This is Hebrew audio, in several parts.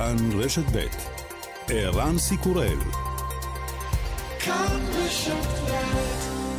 כאן רשת ב' ערן סיקורל. כאן רשת ב'.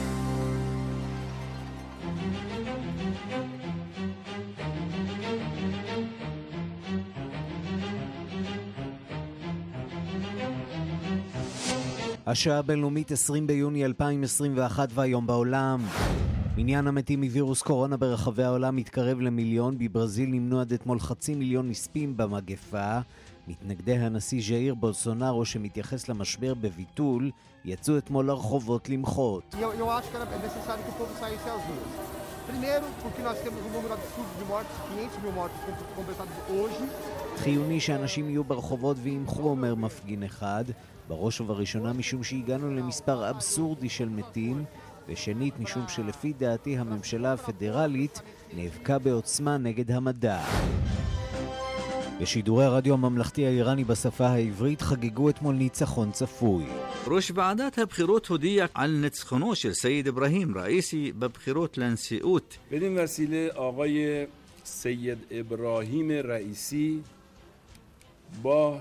השעה הבינלאומית 20 ביוני 2021 והיום בעולם. מניין המתים מווירוס קורונה ברחבי העולם מתקרב למיליון. בברזיל נמנו עד אתמול 500,000 נספים במגפה. מתנגדי הנשיא ז'איר בולסונארו שמתייחס למשבר בביטול יצאו אתמול לרחובות למחות. חיוני שאנשים יהיו ברחובות וימחו, אומר מפגין אחד, בראש ובראשונה משום שהגענו למספר אבסורדי של מתים, ושנית משום שלפי דעתי הממשלה הפדרלית נאבקה בעוצמה נגד המדע. בשידורי הרדיו הממלכתי האיראני בשפה העברית חגגו אתמול ניצחון צפוי. ראש ועדת הבחירות הודיע על ניצחונו של סייד אברהים ראיסי בבחירות לנשיאות. بدین وسیله آقای سید ابراهیم رئیسی با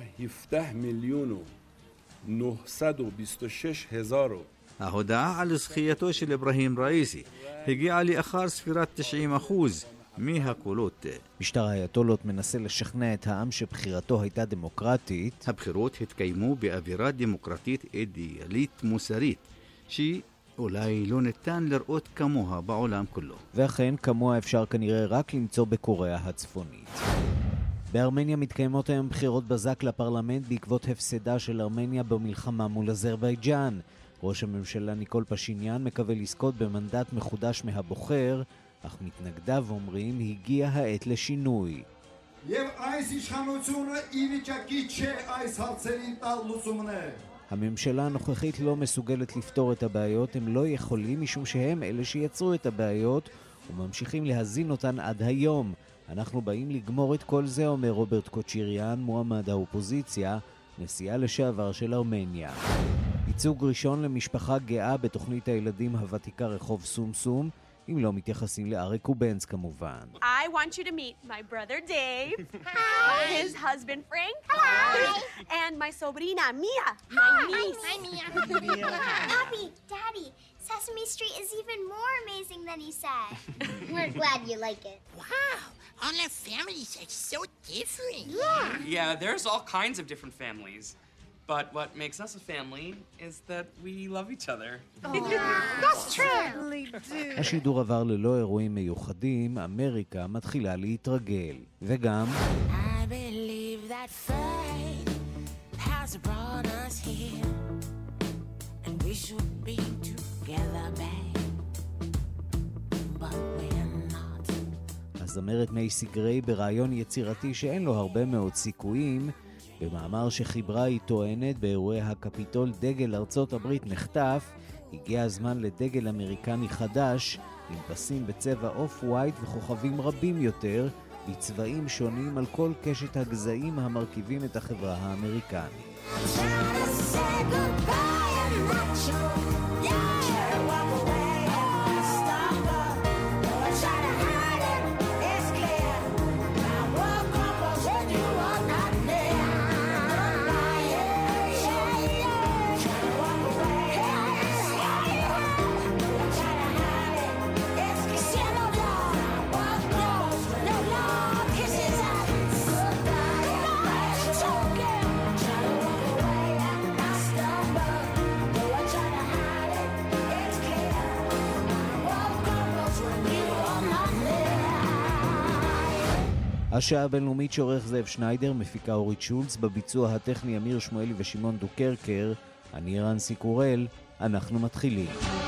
17,926,000. ההודעה על זכייתו של אברהים ראיסי הגיעה לאחר ספירת 90% מהקולות. משטר האייתולות מנסה לשכנע את העם שבחירתו הייתה דמוקרטית. הבחירות התקיימו באווירה דמוקרטית אידיאלית מוסרית, שאולי לא ניתן לראות כמוה בעולם כולו. ואכן, כמוה אפשר כנראה רק למצוא בקוריאה הצפונית. בארמניה מתקיימות היום בחירות בזק לפרלמנט בעקבות הפסדה של ארמניה במלחמה מול אזרבייג'אן. ראש הממשלה ניקול פשיניאן מקווה לזכות במנדט מחודש מהבוחר, אך מתנגדיו אומרים הגיע העת לשינוי. הממשלה הנוכחית לא מסוגלת לפתור את הבעיות, הם לא יכולים משום שהם אלה שיצרו את הבעיות וממשיכים להזין אותן עד היום. אנחנו באים לגמור את כל זה, אומר רוברט קוצ'יריאן, מועמד האופוזיציה, נשיאה לשעבר של ארמניה. ייצוג ראשון למשפחה גאה בתוכנית הילדים הוותיקה רחוב סומסום, אם לא מתייחסים לאריק קובנס כמובן. I want you to meet my brother Dave. Hi. His husband Frank. Hi. And my sobrina Mia. My niece. Hi, Mia. Papi, Daddy, Sesame Street is even more amazing than he said. We're glad you like it. Wow, all our families are so different. Yeah, there's all kinds of different families. But what makes us a family is that we love each other. That's true. השידור עבר ללא אירועים מיוחדים, אמריקה מתחילה להתרגל. וגם I believe that fate has brought us here and we should be together, babe. But we're not. הזמרת מייסי גריי ברעיון יצירתי שאין לו הרבה מאוד סיכויים, במאמר שחיברה היא טוענת באירועי הקפיטול דגל ארצות הברית נחטף, הגיע הזמן לדגל אמריקני חדש עם פסים בצבע אוף ווייט וכוכבים רבים יותר בצבעים שונים על כל קשת הגזעים המרכיבים את החברה האמריקנית. השעה הבינלאומית שעורך זאב שניידר, מפיקה אורית שולץ, בביצוע הטכני אמיר שמואלי ושמעון דוקרקר, אני ערן סיקורל, אנחנו מתחילים.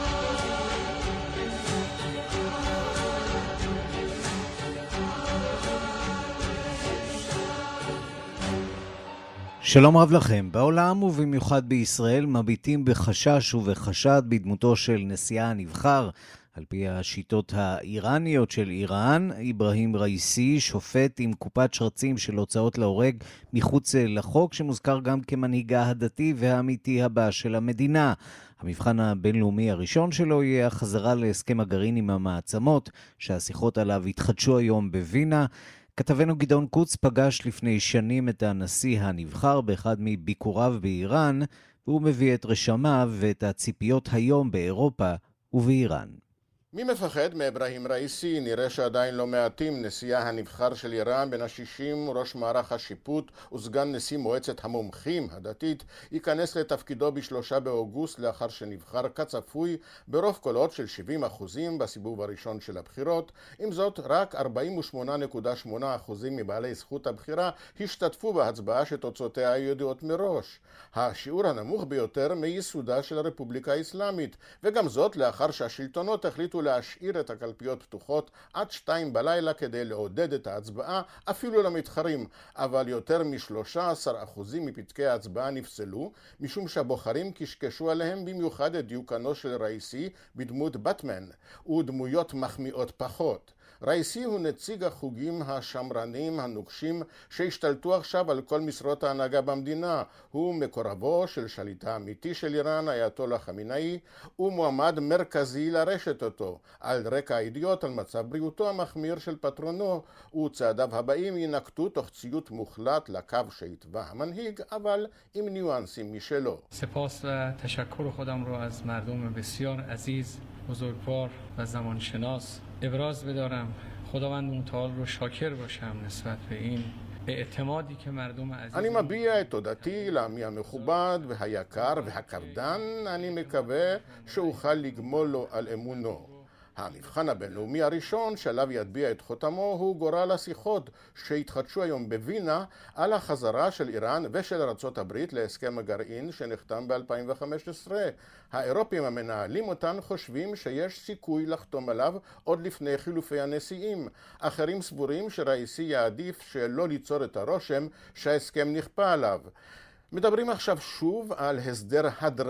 שלום רב לכם. בעולם ובמיוחד בישראל מביטים בחשש ובחשד בדמותו של נשיאה הנבחר, על פי השיטות האיראניות של איראן, אברהים ראיסי, שופט עם קופת שרצים של הוצאות להורג מחוץ לחוק, שמוזכר גם כמנהיגה הדתי והאמיתי הבא של המדינה. המבחן הבינלאומי הראשון שלו יהיה החזרה להסכם הגרעין עם המעצמות, שהשיחות עליו התחדשו היום בווינה. כתבנו גדעון קוץ פגש לפני שנים את הנשיא הנבחר באחד מביקוריו באיראן, והוא מביא את רשמיו ואת הציפיות היום באירופה ובאיראן. מי מפחד מאברהים ראיסי? נראה שעדיין לא מעטים. נשיאה הנבחר של איראן בין ה-60, ראש מערך השיפוט וסגן נשיא מועצת המומחים הדתית, ייכנס לתפקידו ב3 באוגוסט לאחר שנבחר כצפוי ברוב קולות של 70% בסיבוב הראשון של הבחירות. עם זאת, רק 48.8% מבעלי זכות הבחירה השתתפו בהצבעה שתוצאותיה ידועות מראש. השיעור הנמוך ביותר מייסודה של הרפובליקה האסלאמית, וגם זאת לאחר שהשלטונות החליטו להשאיר את הקלפיות פתוחות עד 2 בלילה כדי לעודד את ההצבעה אפילו למתחרים, אבל יותר מ13% מפתקי ההצבעה נפסלו, משום שהבוחרים קשקשו עליהם במיוחד את דיוקנו של ראיסי בדמות בטמן ודמויות מחמיאות פחות. ראיסי הוא נציג החוגים השמרניים הנוקשים שהשתלטו עכשיו על כל משרות ההנהגה במדינה. הוא מקורבו של שליטה האמיתי של איראן, אייתולה חמינאי, ומועמד מרכזי לרשת אותו. על רקע הידיעות על מצב בריאותו המחמיר של פטרונו, וצעדיו הבאים ינקטו תוך ציות מוחלט לקו שהתווה המנהיג, אבל עם ניואנסים משלו. سپاس و تشکر خودم را از مردم بسیار عزیز، بزرگوار و زمانشناس ابراز بدارم. خداوند متعال رو شاکر باشم نسبت به این اعتمادی که مردم عزیز. אני מביע את תודתי לעמי המכובד והיקר והקרדן. אני מקווה שאוכל לגמול לו על אמונו. המבחן הבינלאומי הראשון שעליו יטביע את חותמו הוא גורל השיחות שהתחדשו היום בווינה על החזרה של איראן ושל ארצות הברית להסכם הגרעין שנחתם ב-2015. האירופים המנהלים אותן חושבים שיש סיכוי לחתום עליו עוד לפני חילופי הנשיאים. אחרים סבורים שראיסי יעדיף שלא ליצור את הרושם שההסכם נכפה עליו. מדברים עכשיו שוב על הסדר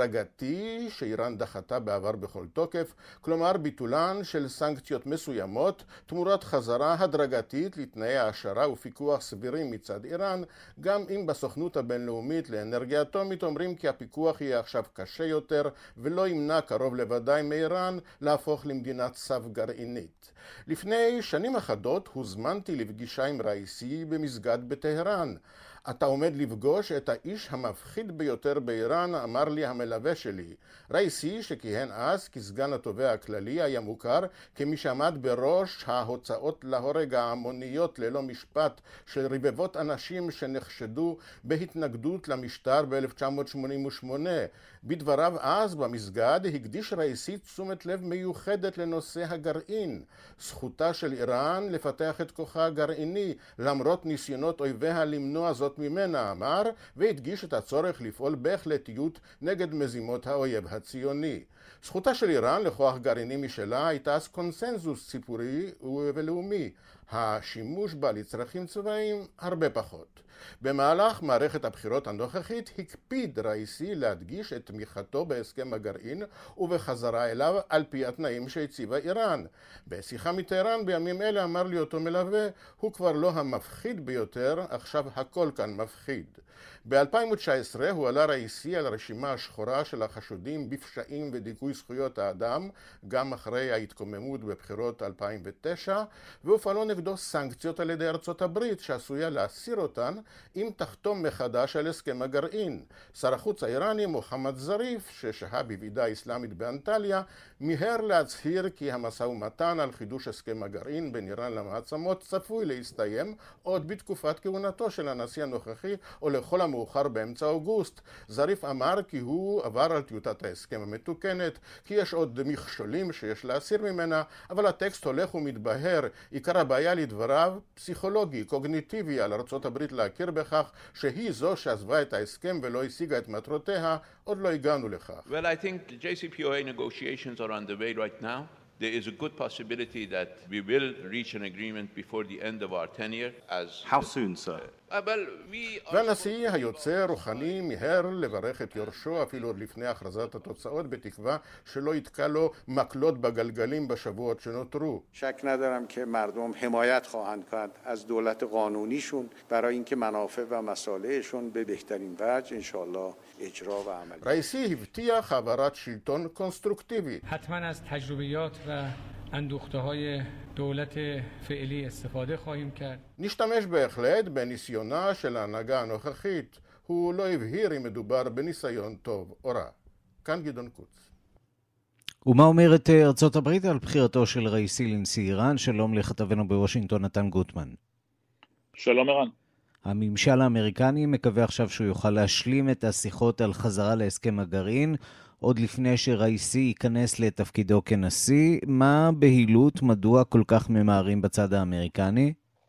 הדרגתי שאיראן דחתה בעבר בכל תוקף, כלומר ביטולן של סנקציות מסוימות תמורת חזרה הדרגתית לתנאי העשרה ופיקוח סבירים מצד איראן, גם אם בסוכנות הבינלאומית לאנרגיה אטומית אומרים כי הפיקוח יהיה עכשיו קשה יותר ולא ימנע קרוב לוודאי מאיראן להפוך למדינת סף גרעינית. לפני שנים אחדות הוזמנתי לפגישה עם ראיסי במסגד בטהרן. אתה עומד לפגוש את האיש המפחיד ביותר באיראן, אמר לי המלווה שלי. ראיסי, שכיהן אז כסגן התובע הכללי, היה מוכר כמי שעמד בראש ההוצאות להורג ההמוניות ללא משפט של רבבות אנשים שנחשדו בהתנגדות למשטר ב-1988. בדבריו אז במסגד הקדיש ראיסי תשומת לב מיוחדת לנושא הגרעין. זכותה של איראן לפתח את כוחה הגרעיני, למרות ניסיונות אויביה למנוע זאת ממנה, אמר, והדגיש את הצורך לפעול בהחלטיות נגד מזימות האויב הציוני. זכותה של איראן לכוח גרעיני משלה הייתה אז קונסנזוס ציבורי ולאומי. השימוש בה לצרכים צבאיים הרבה פחות. במהלך מערכת הבחירות הנוכחית הקפיד ראיסי להדגיש את תמיכתו בהסכם הגרעין ובחזרה אליו על פי התנאים שהציבה איראן. בשיחה מטהרן בימים אלה אמר לי אותו מלווה, הוא כבר לא המפחיד ביותר, עכשיו הכל כאן מפחיד. ב-2019 הוא עלה ראיסי על הרשימה השחורה של החשודים בפשעים ודיכוי זכויות האדם, גם אחרי ההתקוממות בבחירות 2009, והופעלו נגדו סנקציות על ידי ארצות הברית שעשויה להסיר אותן אם תחתום מחדש על הסכם הגרעין. שר החוץ האיראני מוחמד זריף, ששהה בוועידה האסלאמית באנטליה, מיהר להצהיר כי המשא ומתן על חידוש הסכם הגרעין בין איראן למעצמות צפוי להסתיים עוד בתקופת כהונתו של הנשיא הנוכחי או לכל המאוחר באמצע אוגוסט. זריף אמר כי הוא עבר על טיוטת ההסכם המתוקנת, כי יש עוד מכשולים שיש להסיר ממנה, אבל הטקסט הולך ומתבהר. עיקר הבעיה לדבריו פסיכולוגי, קוגניטיבי, על ארצות הברית להכיר בכך שהיא זו שעזבה את ההסכם ולא השיגה את מטרותיה. עוד לא הגענו לכך. Well, I think the JCPOA negotiations are on the way right now. There is a good possibility that we will reach an agreement before the end of our tenure. How soon, sir? והנשיא היוצא רוחני מיהר לברך את יורשו אפילו עוד לפני הכרזת התוצאות, בתקווה שלא יתקע לו מקלות בגלגלים בשבועות שנותרו. شک ندارم که مردم حمایت خواهند کرد از دولت قانونیشون برای اینکه منافع و مصالحشون به بهترین وجه ان شاء الله اجرا و عملی. ראיסי הבטיח העברת שלטון קונסטרוקטיבית. حتما از تجربیات و اندوخته های دولت فعلی استفاده خواهیم کرد. נשתמש בהחלט בניסיונה של ההנהגה הנוכחית. הוא לא הבהיר אם מדובר בניסיון טוב או רע. כאן גדעון קוץ. ומה אומרת ארצות הברית על בחירתו של ראיסי לנשיא איראן? שלום לכתבנו בוושינגטון נתן גוטמן. שלום ערן. הממשל האמריקני מקווה עכשיו שהוא יוכל להשלים את השיחות על חזרה להסכם הגרעין, עוד לפני שראיסי ייכנס לתפקידו כנשיא. מה בהילות, מדוע כל כך ממהרים בצד האמריקני?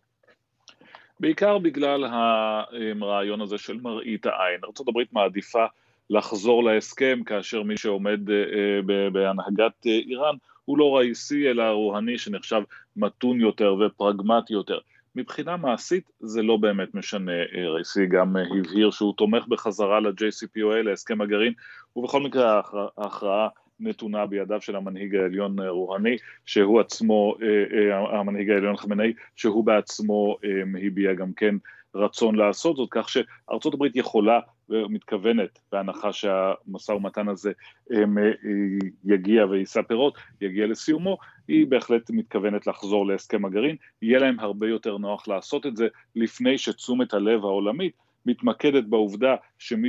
בעיקר בגלל הרעיון הזה של מראית העין. ארצות הברית מעדיפה לחזור להסכם כאשר מי שעומד בהנהגת איראן הוא לא ראיסי אלא רוהני שנחשב מתון יותר ופרגמטי יותר. מבחינה מעשית זה לא באמת משנה. ראיסי גם הבהיר שהוא תומך בחזרה ל-JCPOA, להסכם הגרעין, ובכל מקרה ההכרעה נתונה בידיו של המנהיג העליון רוהני, שהוא עצמו, המנהיג העליון חמינאי, שהוא בעצמו הביע גם כן רצון לעשות זאת, כך שארצות הברית יכולה ומתכוונת, בהנחה שהמשא ומתן הזה יגיע ויישא פירות, יגיע לסיומו, היא בהחלט מתכוונת לחזור להסכם הגרעין. יהיה להם הרבה יותר נוח לעשות את זה לפני שתשומת הלב העולמית מתמקדת בעובדה שמי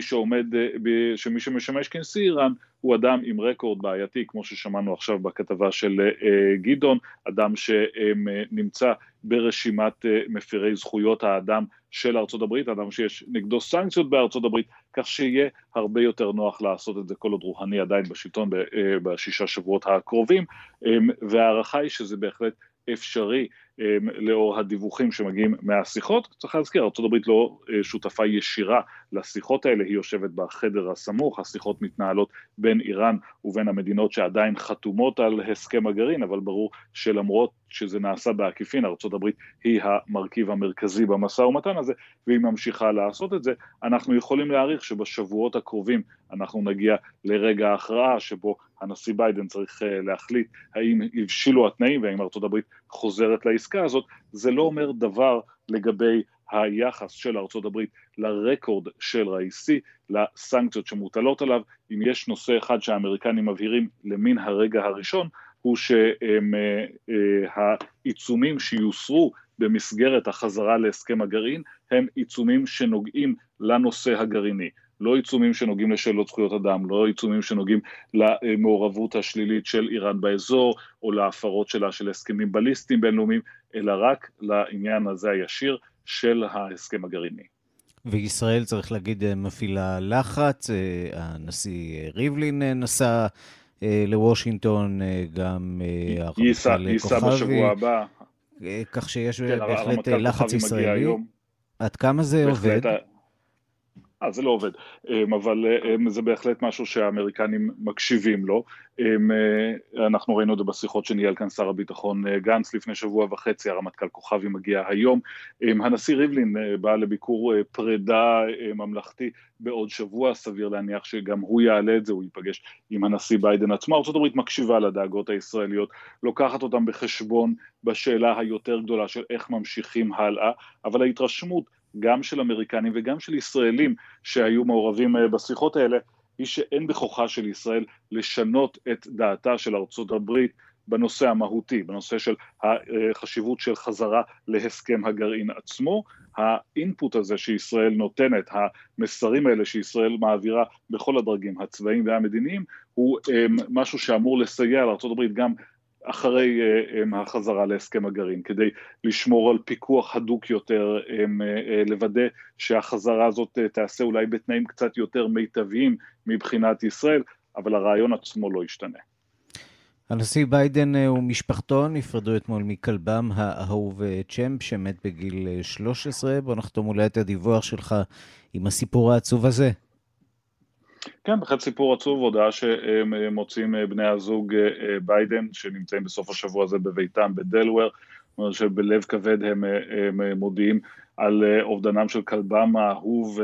שמשמש כנשיא איראן הוא אדם עם רקורד בעייתי, כמו ששמענו עכשיו בכתבה של גדעון, אדם שנמצא ברשימת מפירי זכויות האדם של ארצות הברית, אדם שיש נגדו סנקציות בארצות הברית, כך שיהיה הרבה יותר נוח לעשות את זה כל עוד רוהני עדיין בשלטון בשישה שבועות הקרובים, והערכה היא שזה בהחלט אפשרי לאור הדיווחים שמגיעים מהשיחות. צריך להזכיר, ארצות הברית לא שותפה ישירה לשיחות האלה, היא יושבת בחדר הסמוך, השיחות מתנהלות בין איראן ובין המדינות שעדיין חתומות על הסכם הגרעין, אבל ברור שלמרות שזה נעשה בעקיפין, ארצות הברית היא המרכיב המרכזי במשא ומתן הזה, והיא ממשיכה לעשות את זה. אנחנו יכולים להעריך שבשבועות הקרובים אנחנו נגיע לרגע ההכרעה שבו הנשיא ביידן צריך להחליט האם הבשילו התנאים והאם ארצות הברית חוזרת לעסקה הזאת. זה לא אומר דבר לגבי היחס של ארצות הברית לרקורד של ראיסי, לסנקציות שמוטלות עליו. אם יש נושא אחד שהאמריקנים מבהירים למין הרגע הראשון, הוא שהעיצומים שיוסרו במסגרת החזרה להסכם הגרעין, הם עיצומים שנוגעים לנושא הגרעיני. לא עיצומים שנוגעים לשאלות זכויות אדם, לא עיצומים שנוגעים למעורבות השלילית של איראן באזור, או להפרות שלה של הסכמים בליסטיים בינלאומיים, אלא רק לעניין הזה הישיר של ההסכם הגרעיני. וישראל, צריך להגיד, מפעילה לחץ. הנשיא ריבלין נסע לוושינגטון, גם ייסע בשבוע הבא. כך שיש בהחלט לחץ ישראלי. עד כמה זה עובד? זה לא עובד, אבל זה בהחלט משהו שהאמריקנים מקשיבים לו. אנחנו ראינו את זה בשיחות שניהל כאן שר הביטחון גנץ לפני שבוע וחצי, הרמטכ"ל כוכבי מגיע היום. הנשיא ריבלין בא לביקור פרידה ממלכתי בעוד שבוע, סביר להניח שגם הוא יעלה את זה, הוא ייפגש עם הנשיא ביידן עצמו. ארצות הברית מקשיבה לדאגות הישראליות, לוקחת אותם בחשבון בשאלה היותר גדולה של איך ממשיכים הלאה, אבל ההתרשמות גם של אמריקנים וגם של ישראלים שהיו מעורבים בשיחות האלה, היא שאין בכוחה של ישראל לשנות את דעתה של ארצות הברית בנושא המהותי, בנושא של החשיבות של חזרה להסכם הגרעין עצמו. האינפוט הזה שישראל נותנת, המסרים האלה שישראל מעבירה בכל הדרגים הצבאיים והמדיניים, הוא משהו שאמור לסייע לארצות הברית גם אחרי החזרה להסכם הגרעין, כדי לשמור על פיקוח הדוק יותר, לוודא שהחזרה הזאת תעשה אולי בתנאים קצת יותר מיטביים מבחינת ישראל, אבל הרעיון עצמו לא ישתנה. הנשיא ביידן ומשפחתו נפרדו אתמול מכלבם האהוב צ'מפ, שמת בגיל 13. בוא נחתום אולי את הדיווח שלך עם הסיפור העצוב הזה. כן, בהחלט סיפור עצוב, הודעה שמוצאים בני הזוג ביידן, שנמצאים בסוף השבוע הזה בביתם בדלוור, שבלב כבד הם מודיעים על אובדנם של כלבם האהוב,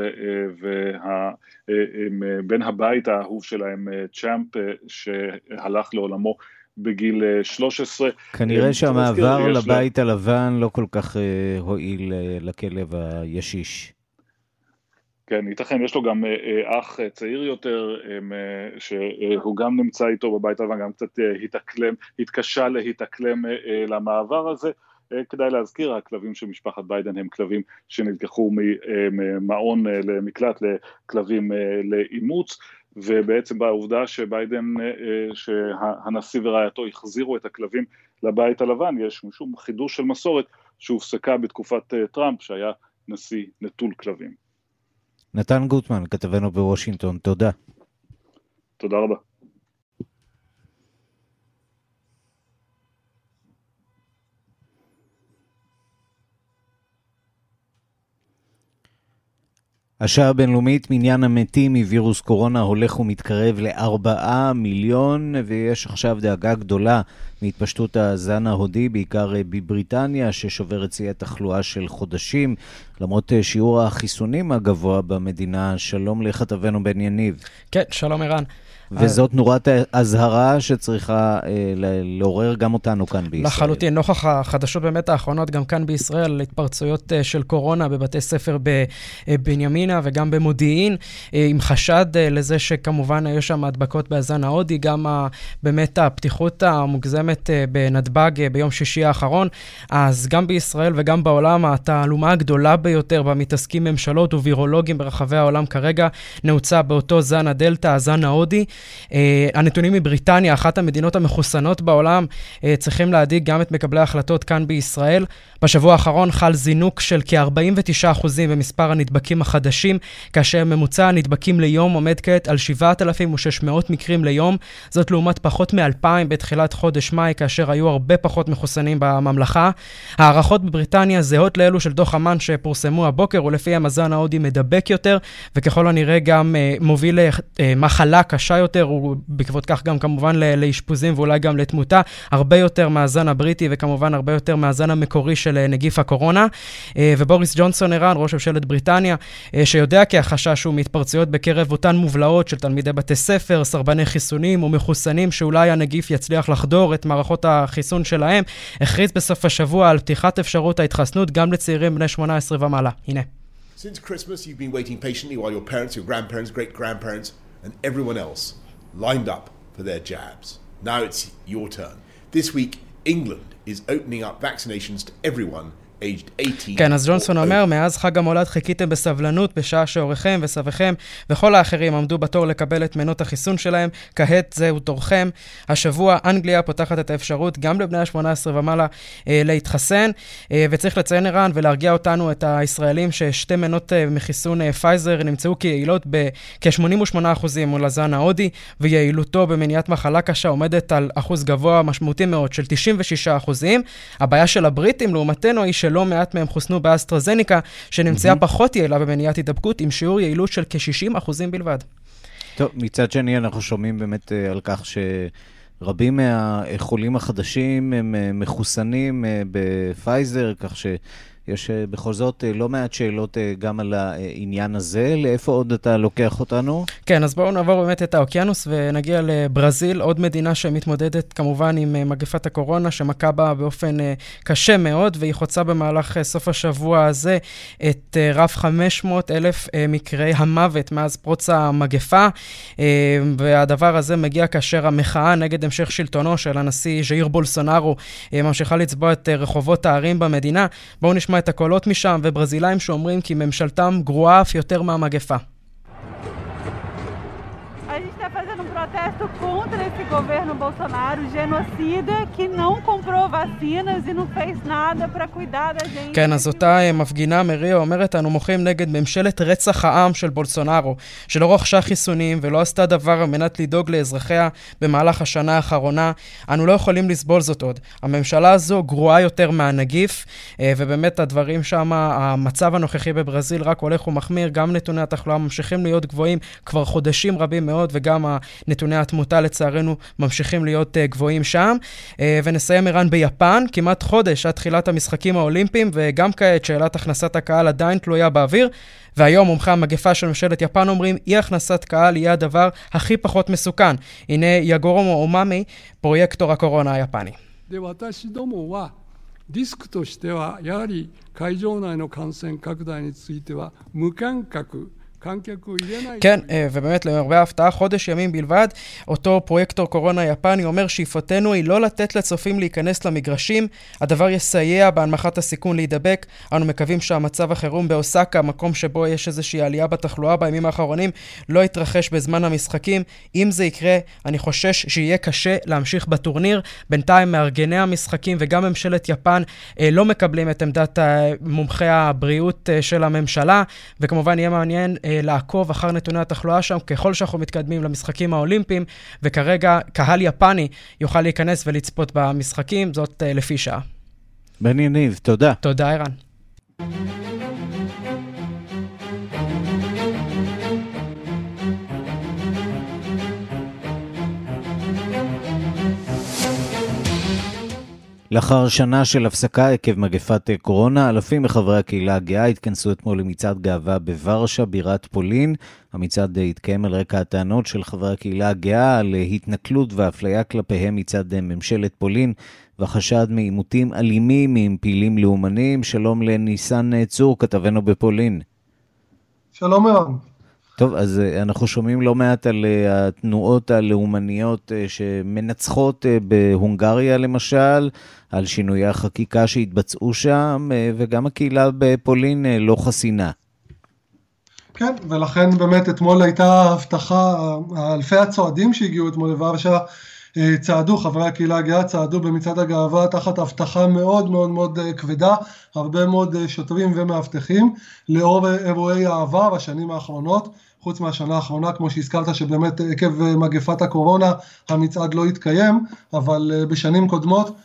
ובן הבית האהוב שלהם, צ'אמפ, שהלך לעולמו בגיל 13. כנראה שהמעבר לבית הלבן לא כל כך הועיל לכלב הישיש. כן, ייתכן, יש לו גם אח צעיר יותר, שהוא גם נמצא איתו בבית הלבן, גם קצת התקשה להתאקלם למעבר הזה. כדאי להזכיר, הכלבים של משפחת ביידן הם כלבים שנלקחו ממעון למקלט לכלבים לאימוץ, ובעצם בעובדה שביידן, שהנשיא ורעייתו החזירו את הכלבים לבית הלבן, יש משום חידוש של מסורת שהופסקה בתקופת טראמפ, שהיה נשיא נטול כלבים. נתן גוטמן, כתבנו בוושינגטון, תודה. תודה רבה. השעה הבינלאומית, מניין המתים מווירוס קורונה הולך ומתקרב ל4 מיליון, ויש עכשיו דאגה גדולה מהתפשטות הזן ההודי, בעיקר בבריטניה, ששוברת שיאי תחלואה של חודשים, למרות שיעור החיסונים הגבוה במדינה. שלום לכתבנו בן יניב. כן, שלום ערן. וזאת נורת הזהרה שצריכה לעורר גם אותנו כאן בישראל. לחלוטין, נוכח החדשות באמת האחרונות, גם כאן בישראל, התפרצויות של קורונה בבתי ספר בבנימינה וגם במודיעין, עם חשד לזה שכמובן היו שם הדבקות בזן ההודי, גם באמת הפתיחות המוגזמת בנתב"ג ביום שישי האחרון, אז גם בישראל וגם בעולם, התעלומה הגדולה ביותר במתעסקים ממשלות ווירולוגים ברחבי העולם כרגע, נעוצה באותו זן הדלטה, הזן ההודי. הנתונים מבריטניה, אחת המדינות המחוסנות בעולם, צריכים להדיג גם את מקבלי ההחלטות כאן בישראל. בשבוע האחרון חל זינוק של כ-49% במספר הנדבקים החדשים, כאשר ממוצע הנדבקים ליום עומד כעת על 7,600 מקרים ליום. זאת לעומת פחות מ-2,000 בתחילת חודש מאי, כאשר היו הרבה פחות מחוסנים בממלכה. הערכות בבריטניה זהות לאלו של דוח אמן שפורסמו הבוקר, ולפי הזן ההודי מדבק יותר, וככל הנראה גם מוביל מחלה קשה יותר, ובעקבות כך גם כמובן לאשפוזים ואולי גם לתמותה, הרבה יותר מהזן הבריטי וכמובן הרבה יותר מהזן המקורי של נגיף הקורונה. ובוריס ג'ונסון ערן, ראש ממשלת בריטניה, שיודע כי החשש הוא מתפרצויות בקרב אותן מובלעות של תלמידי בתי ספר, סרבני חיסונים ומחוסנים, שאולי הנגיף יצליח לחדור את מערכות החיסון שלהם, הכריז בסוף השבוע על פתיחת אפשרות ההתחסנות גם לצעירים בני 18 ומעלה. הנה. Since Christmas you've been waiting patiently while your parents, your grandparents, great-grandparents and everyone else lined up for their jabs. Now it's your turn. This week, England is opening up vaccinations to everyone aged 18. כן, אז ג'ונסון אומר, מאז חג המולד חיכיתם בסבלנות, בשעה שהוריכם וסביכם וכל האחרים עמדו בתור לקבל את מנות החיסון שלהם, כעת זהו תורכם. השבוע אנגליה פותחת את האפשרות גם לבני ה-18 ומעלה להתחסן, וצריך לציין ערן ולהרגיע אותנו את הישראלים ששתי מנות מחיסון פייזר נמצאו כיעילות בכ-88% מול הזן ההודי, ויעילותו במניעת מחלה קשה עומדת על אחוז גבוה משמעותי מאוד של 96%. הבעיה של הבריטים לעומתנו היא שלא מעט מהם חוסנו באסטרזניקה, שנמצאה פחות יעילה במניעת הידבקות, עם שיעור יעילות של כ-60% בלבד. טוב, מצד שני אנחנו שומעים באמת על כך שרבים מהחולים החדשים הם מחוסנים בפייזר, כך שיש בכל זאת לא מעט שאלות גם על העניין הזה. לאיפה עוד אתה לוקח אותנו? כן, אז בואו נעבור באמת את האוקיינוס ונגיע לברזיל, עוד מדינה שמתמודדת כמובן עם מגפת הקורונה, שמכה בה באופן קשה מאוד, והיא חוצה במהלך סוף השבוע הזה את רף 500,000 מקרי המוות מאז פרוץ המגפה, והדבר הזה מגיע כאשר המחאה נגד המשך שלטונו של הנשיא ז'איר בולסונארו ממשיכה לצבוע את רחובות הערים במדינה. בואו נשמע את הקולות משם, וברזילאים שאומרים כי ממשלתם גרועה אף יותר מהמגפה. A gente está fazendo protesto contra esse governo Bolsonaro, genocida, que não comprou vacinas e não fez nada para cuidar da gente. כן, אז אותה מפגינה מריו אומרת, אנו מוחים נגד ממשלת רצח העם של בולסונארו, שלא רכשה חיסונים ולא עשתה דבר על מנת לדאוג לאזרחיה במהלך השנה האחרונה. אנו לא יכולים לסבול זאת עוד. הממשלה הזו גרועה יותר מהנגיף, ובאמת הדברים שם, המצב הנוכחי בברזיל רק הולך ומחמיר, גם נתוני התחלואה ממשיכים להיות גבוהים כבר חודשים רבים מאוד, וגם נתוני התמותה לצערנו ממשיכים להיות גבוהים שם. ונסיים ערן ביפן, כמעט חודש עד תחילת המשחקים האולימפיים, וגם כעת שאלת הכנסת הקהל עדיין תלויה באוויר, והיום מומחי המגפה של ממשלת יפן אומרים, אי הכנסת קהל יהיה הדבר הכי פחות מסוכן. הנה יגורו אומאמי, פרויקטור הקורונה היפני. で、私どもはリスクとしてはやはり会場内の感染拡大については無観客 כן, ובאמת להרבה הפתעה, חודש ימים בלבד, אותו פרויקטור קורונה יפני אומר שאיפתנו היא לא לתת לצופים להיכנס למגרשים, הדבר יסייע בהנמכת הסיכון להידבק, אנו מקווים שהמצב החירום באוסקה, מקום שבו יש איזושהי עלייה בתחלואה בימים האחרונים, לא יתרחש בזמן המשחקים. אם זה יקרה, אני חושש שיהיה קשה להמשיך בטורניר. בינתיים מארגני המשחקים וגם ממשלת יפן לא מקבלים את עמדת מומחי הבריאות של הממשלה, וכמובן יהיה מעניין לעקוב אחר נתוני התחלואה שם ככל שאנחנו מתקדמים למשחקים האולימפיים, וכרגע קהל יפני יוכל להיכנס ולצפות במשחקים, זאת לפי שעה. בן יניב, תודה. תודה, אירן. לאחר שנה של הפסקה עקב מגפת קורונה, אלפים מחברי הקהילה הגאה התכנסו אתמול למצעד גאווה בוורשה, בירת פולין. המצעד התקיים על רקע הטענות של חברי הקהילה הגאה על התנכלות ואפליה כלפיהם מצד ממשלת פולין, וחשד מעימותים אלימים עם פעילים לאומניים. שלום לניסן צור, כתבנו בפולין. שלום ערן. טוב, אז אנחנו שומעים לא מעט על התנועות הלאומניות שמנצחות בהונגריה למשל, על שינויי החקיקה שהתבצעו שם, וגם הקהילה בפולין לא חסינה. כן, ולכן באמת אתמול הייתה הבטחה, אלפי הצועדים שהגיעו אתמול לוורשה, צעדו, חברי הקהילה הגאה צעדו במצעד הגאווה תחת הבטחה מאוד מאוד מאוד כבדה, הרבה מאוד שוטרים ומאבטחים, לאור אירועי העבר בשנים האחרונות, חוץ מהשנה האחרונה, כמו שהזכרת שבאמת עקב מגפת הקורונה המצעד לא התקיים, אבל בשנים קודמות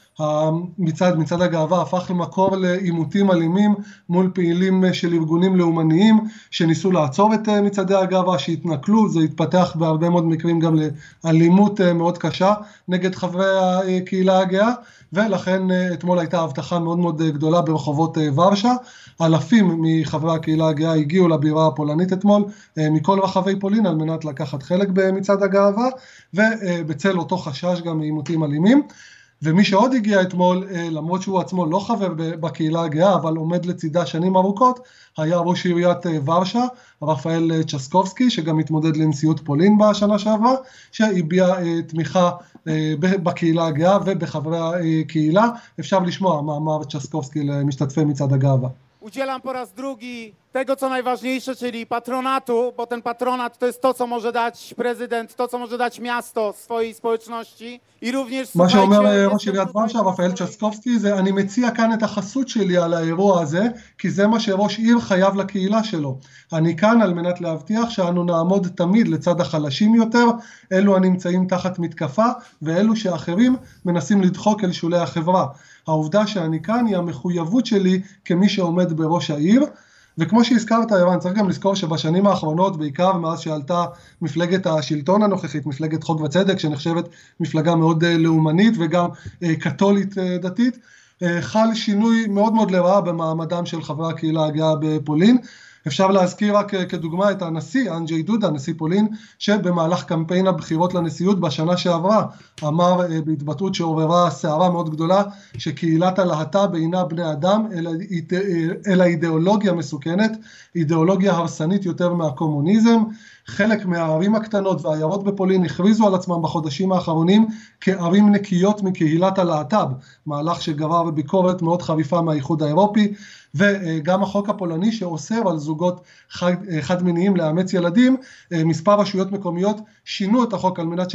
מצעד הגאווה הפך למקור לעימותים אלימים מול פעילים של ארגונים לאומניים שניסו לעצור את מצעדי הגאווה, שהתנכלו, זה התפתח בהרבה מאוד מקרים גם לאלימות מאוד קשה נגד חברי הקהילה הגאה, ולכן אתמול הייתה הבטחה מאוד מאוד גדולה ברחובות ורשה. אלפים מחברי הקהילה הגאה הגיעו לבירה הפולנית אתמול מכל רחבי פולין על מנת לקחת חלק במצעד הגאווה, ובצל אותו חשש גם מעימותים אלימים. ומי שעוד הגיע אתמול, למרות שהוא עצמו לא חבר בקהילה הגאה, אבל עומד לצידה שנים ארוכות, היה ראש עיריית ורשה, רפאל צ'סקובסקי, שגם מתמודד לנשיאות פולין בשנה שעברה, שהביע תמיכה בקהילה הגאה ובחברי הקהילה. אפשר לשמוע מה אמר צ'סקובסקי למשתתפי מצעד הגאווה. Udzielam po raz drugi tego, co najważniejsze, czyli patronatu, bo ten patronat to jest to, co może dać prezydent, to, co może dać miasto swojej społeczności i również... מה שאומר ראש עיריית ורשה, רפאל צ'סקובסקי, זה אני מציע כאן את החסות שלי על האירוע הזה, כי זה מה שראש עיר חייב לקהילה שלו. אני כאן על מנת להבטיח שאנו נעמוד תמיד לצד החלשים יותר, אלו הנמצאים תחת מתקפה, ואלו שאחרים מנסים לדחוק אל שולי החברה. העובדה שאני כאן היא המחויבות שלי כמי שעומד בראש העיר, וכמו שהזכרת אירן, צריך גם לזכור שבשנים האחרונות, בעיקר מאז שעלתה מפלגת השלטון הנוכחית, מפלגת חוק וצדק, שנחשבת מפלגה מאוד לאומנית וגם קתולית דתית, חל שינוי מאוד מאוד לרעה במעמדם של חברי הקהילה הגאה בפולין. אפשר להזכיר רק כדוגמה את הנשיא, אנג'י דודה, נשיא פולין, שבמהלך קמפיין הבחירות לנשיאות בשנה שעברה, אמר בהתבטאות שעוררה סערה מאוד גדולה, שקהילת הלהט"ב אינה בני אדם, אלא אידיאולוגיה מסוכנת, אידיאולוגיה הרסנית יותר מהקומוניזם. חלק מהערים הקטנות והעיירות בפולין הכריזו על עצמם בחודשים האחרונים כערים נקיות מקהילת הלהט"ב, מהלך שגרר בביקורת מאוד חריפה מהאיחוד האירופי, וגם החוק הפולני שאוסר על זוגות חד-מיניים לאמץ ילדים, מספר רשויות מקומיות שינו את החוק על מנת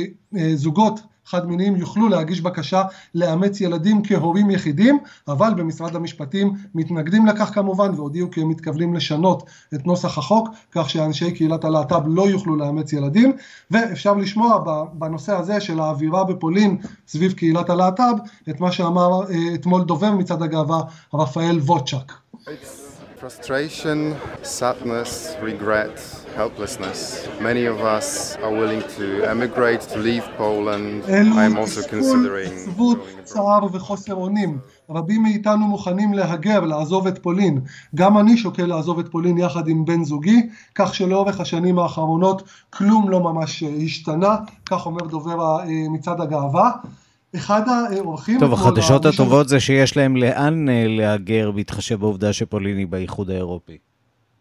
שזוגות חד-מיניים יוכלו להגיש בקשה לאמץ ילדים כהורים יחידים, אבל במשרד המשפטים מתנגדים לכך כמובן, והודיעו כי הם מתכוונים לשנות את נוסח החוק, כך שאנשי קהילת הלהט"ב לא יוכלו לאמץ ילדים. ואפשר לשמוע בנושא הזה של האווירה בפולין סביב קהילת הלהט"ב, את מה שאמר אתמול דובר מצעד הגאווה, רפאל ווצ'ק. Frustration, sadness, regret, helplessness. Many of us are willing to emigrate, to leave Poland. I am also considering... עצבות, צער וחוסר אונים. רבים מאיתנו מוכנים להגר, לעזוב את פולין. גם אני שוקל לעזוב את פולין יחד עם בן זוגי, כך שלאורך השנים האחרונות כלום לא ממש השתנה, כך אומר דובר מצעד הגאווה. אחד האורחים... טוב, החדשות הטובות זה שיש להם לאן להגר, בהתחשב בעובדה שפולין היא באיחוד האירופי.